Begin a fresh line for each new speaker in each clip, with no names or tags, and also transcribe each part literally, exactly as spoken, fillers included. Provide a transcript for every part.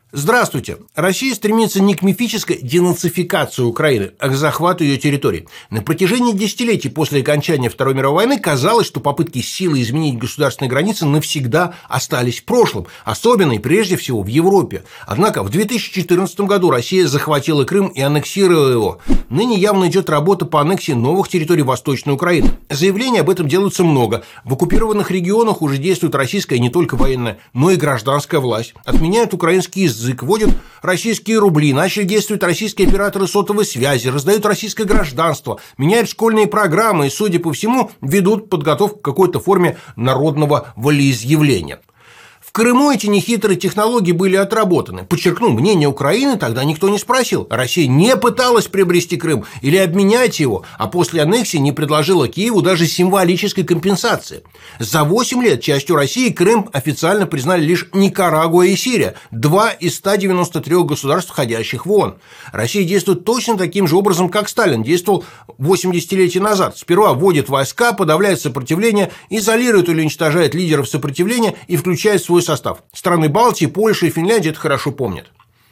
Здравствуйте! Россия стремится не к мифической денацификации Украины, а к захвату ее территорий. На протяжении десятилетий после окончания Второй мировой войны казалось, что попытки силой изменить государственные границы навсегда остались в прошлом, особенно и прежде всего в Европе. Однако в две тысячи четырнадцатом году Россия захватила Крым и аннексировала его. Ныне явно идет работа по аннексии новых территорий Восточной Украины. Заявлений об этом делается много. В оккупированных регионах уже действует российская не только военная, но и гражданская власть. Отменяют украинский язык. Язык, вводят российские рубли, начали действовать российские операторы сотовой связи, раздают российское гражданство, меняют школьные программы и, судя по всему, ведут подготовку к какой-то форме народного волеизъявления. В Крыму эти нехитрые технологии были отработаны. Подчеркну, мнение Украины тогда никто не спросил. Россия не пыталась приобрести Крым или обменять его, а после аннексии не предложила Киеву даже символической компенсации. За восемь лет частью России Крым официально признали лишь Никарагуа и Сирия, два из ста девяноста трёх государств, входящих в ООН. Россия действует точно таким же образом, как Сталин действовал восемь десятилетий назад. Сперва вводит войска, подавляет сопротивление, изолирует или уничтожает лидеров сопротивления и включает в свой состав. Страны Балтии, Польша и Финляндия это хорошо помнят.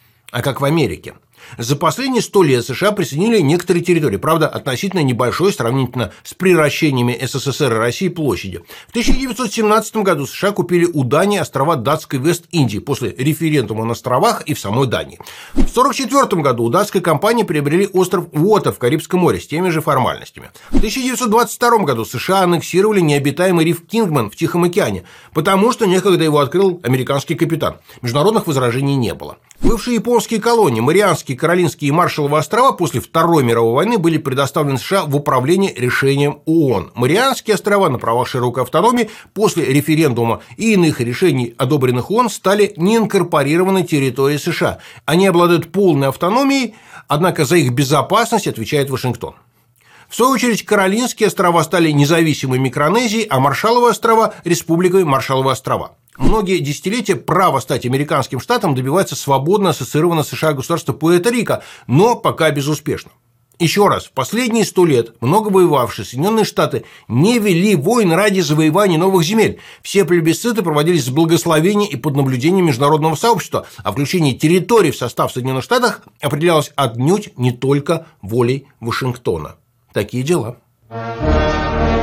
А как в Америке? За последние сто лет США присоединили некоторые территории, правда, относительно небольшой сравнительно с приращениями СССР и России площади. В тысяча девятьсот семнадцатом году США купили у Дании острова датской Вест-Индии после референдума на островах и в самой Дании. В тысяча девятьсот сорок четвёртом году у датской компании приобрели остров Уота в Карибском море с теми же формальностями. В тысяча девятьсот двадцать втором году США аннексировали необитаемый риф Кингман в Тихом океане, потому что некогда его открыл американский капитан. Международных возражений не было. Бывшие японские колонии Марианские, Каролинские и Маршалловы острова после Второй мировой войны были предоставлены США в управление решением ООН. Марианские острова на правах широкой автономии после референдума и иных решений, одобренных ООН, стали неинкорпорированной территорией США. Они обладают полной автономией, однако за их безопасность отвечает Вашингтон. В свою очередь, Каролинские острова стали независимой Микронезией, а Маршалловы острова – республикой Маршалловы острова. Многие десятилетия право стать американским штатом добивается свободно ассоциированное с США государство Пуэрто-Рико, но пока безуспешно. Еще раз, в последние сто лет много воевавшие Соединенные Штаты не вели войн ради завоевания новых земель. Все плебисциты проводились с благословения и под наблюдением международного сообщества, а включение территорий в состав Соединенных Штатов определялось отнюдь не только волей Вашингтона. Такие дела.